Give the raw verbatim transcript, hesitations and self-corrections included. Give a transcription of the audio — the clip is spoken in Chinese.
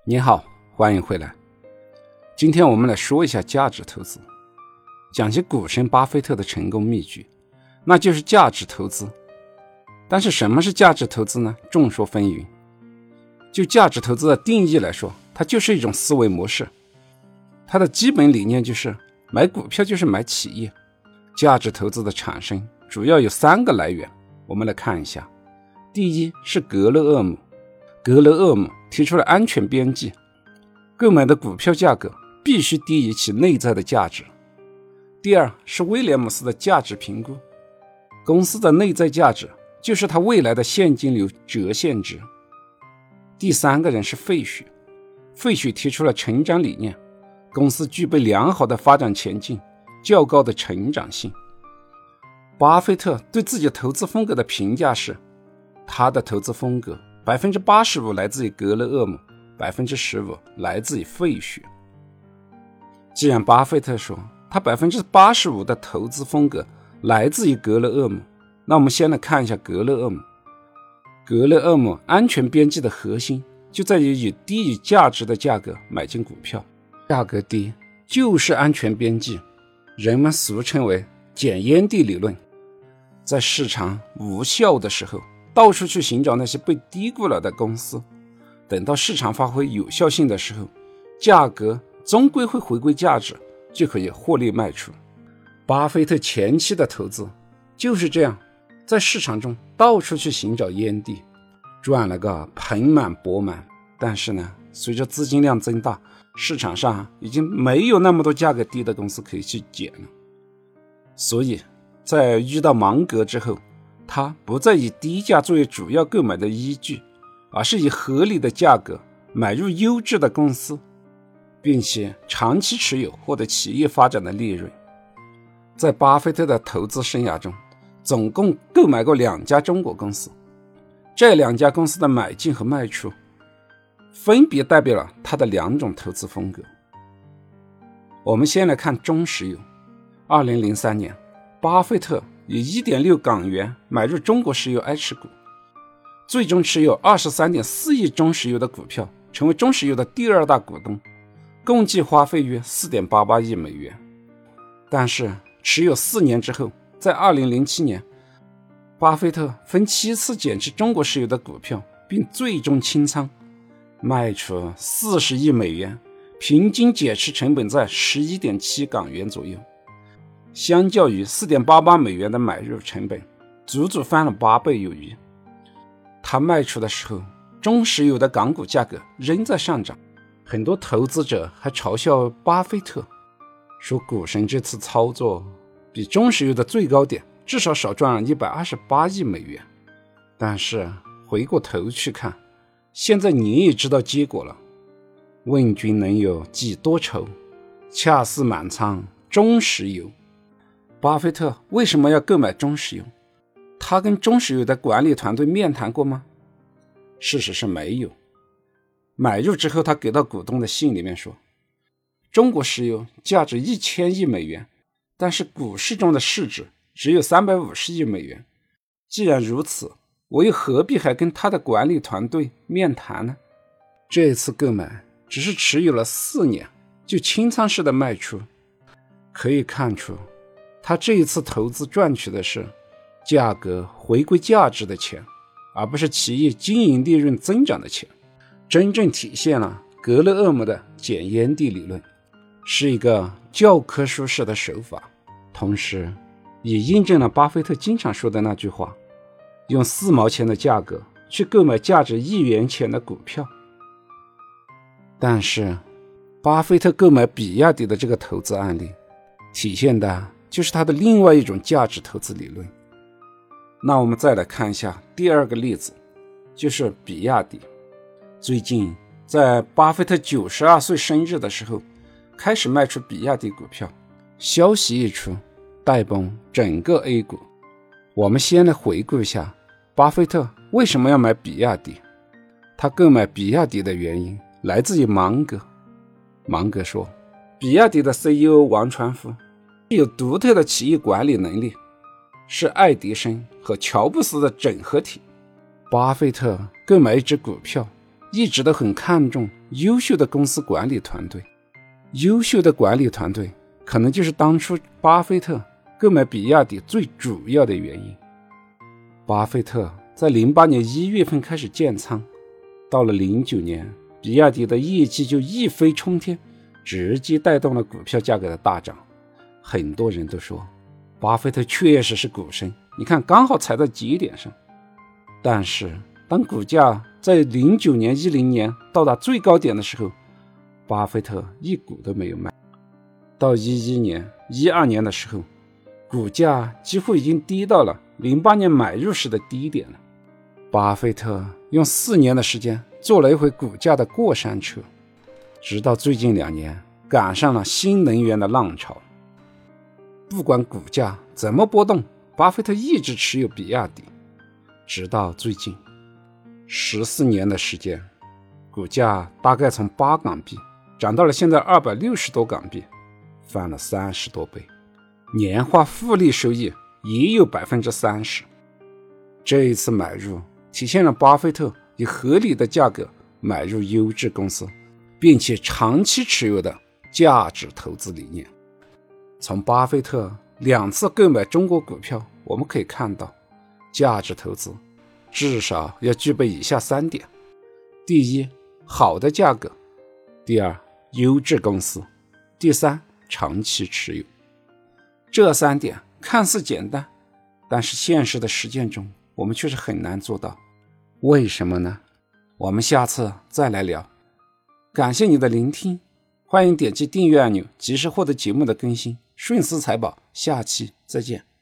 你好，欢迎回来。今天我们来说一下价值投资，讲及股神巴菲特的成功秘诀，那就是价值投资。但是什么是价值投资呢？众说纷纭。就价值投资的定义来说，它就是一种思维模式，它的基本理念就是买股票就是买企业。价值投资的产生主要有三个来源，我们来看一下。第一是格勒厄姆，格勒厄姆提出了安全边际，购买的股票价格必须低于其内在的价值。第二是威廉姆斯的价值评估，公司的内在价值就是它未来的现金流折现值。第三个人是费雪，费雪提出了成长理念，公司具备良好的发展前景，较高的成长性。巴菲特对自己投资风格的评价是，他的投资风格 百分之八十五 来自于格勒厄姆， 百分之十五 来自于费雪。既然巴菲特说他 百分之八十五 的投资风格来自于格勒厄姆，那我们先来看一下格勒厄姆。格勒厄姆安全边际的核心就在于以低于价值的价格买进股票，价格低就是安全边际，人们俗称为捡烟蒂理论。在市场无效的时候，到处去寻找那些被低估了的公司，等到市场发挥有效性的时候，价格终归会回归价值，就可以获利卖出。巴菲特前期的投资就是这样，在市场中到处去寻找烟蒂，赚了个盆满钵满。但是呢，随着资金量增大，市场上已经没有那么多价格低的公司可以去捡了。所以在遇到芒格之后，他不再以低价作为主要购买的依据，而是以合理的价格买入优质的公司，并且长期持有，获得企业发展的利润。在巴菲特的投资生涯中，总共购买过两家中国公司，这两家公司的买进和卖出分别代表了他的两种投资风格。我们先来看中石油。二零零三年，巴菲特以 一点六港元买入中国石油 H 股，最终持有 二十三点四亿中石油的股票，成为中石油的第二大股东，共计花费约 四点八八亿美元。但是持有四年之后，在二零零七年，巴菲特分七次减持中国石油的股票，并最终清仓，卖出四十亿美元，平均减持成本在 十一点七港元左右。相较于 四点八八美元的买入成本，足足翻了八倍有余。他卖出的时候，中石油的港股价格仍在上涨，很多投资者还嘲笑巴菲特，说股神这次操作比中石油的最高点至少少赚了一百二十八亿美元。但是回过头去看，现在你也知道结果了。问君能有几多愁，恰似满仓中石油。巴菲特为什么要购买中石油？他跟中石油的管理团队面谈过吗？事实是没有。买入之后，他给到股东的信里面说，中国石油价值一千亿美元，但是股市中的市值只有三百五十亿美元。既然如此，我又何必还跟他的管理团队面谈呢？这次购买只是持有了四年，就清仓式的卖出，可以看出他这一次投资赚取的是价格回归价值的钱，而不是企业经营利润增长的钱，真正体现了格勒厄姆的捡烟蒂理论，是一个教科书式的手法，同时也印证了巴菲特经常说的那句话，用四毛钱的价格去购买价值一元钱的股票。但是巴菲特购买比亚迪的这个投资案例，体现的就是他的另外一种价值投资理论。那我们再来看一下第二个例子，就是比亚迪。最近在巴菲特九十二岁生日的时候，开始卖出比亚迪股票，消息一出，带崩整个 A 股。我们先来回顾一下巴菲特为什么要买比亚迪。他购买比亚迪的原因来自于芒格。芒格说，比亚迪的 C E O 王传福有独特的企业管理能力，是爱迪生和乔布斯的整合体。巴菲特购买一只股票， 一直都很看重优秀的公司管理团队。优秀的管理团队可能就是当初巴菲特购买比亚迪最主要的原因。巴菲特在零八年一月份开始建仓，到了零九年，比亚迪的业绩就一飞冲天，直接带动了股票价格的大涨。很多人都说巴菲特确实是股神，你看刚好踩在节点上。但是当股价在零九年、一零年到达最高点的时候，巴菲特一股都没有卖。到一一年、一二年的时候，股价几乎已经低到了零八年买入时的低点了。巴菲特用四年的时间做了一回股价的过山车，直到最近两年赶上了新能源的浪潮。不管股价怎么波动，巴菲特一直持有比亚迪，直到最近十四年的时间，股价大概从八港币涨到了现在二百六十多港币，翻了三十多倍，年化复利收益也有 百分之三十。 这一次买入体现了巴菲特以合理的价格买入优质公司，并且长期持有的价值投资理念。从巴菲特两次购买中国股票，我们可以看到，价值投资至少要具备以下三点：第一，好的价格；第二，优质公司；第三，长期持有。这三点看似简单，但是现实的实践中，我们却是很难做到。为什么呢？我们下次再来聊。感谢你的聆听，欢迎点击订阅按钮，及时获得节目的更新。顺思财宝，下期再见。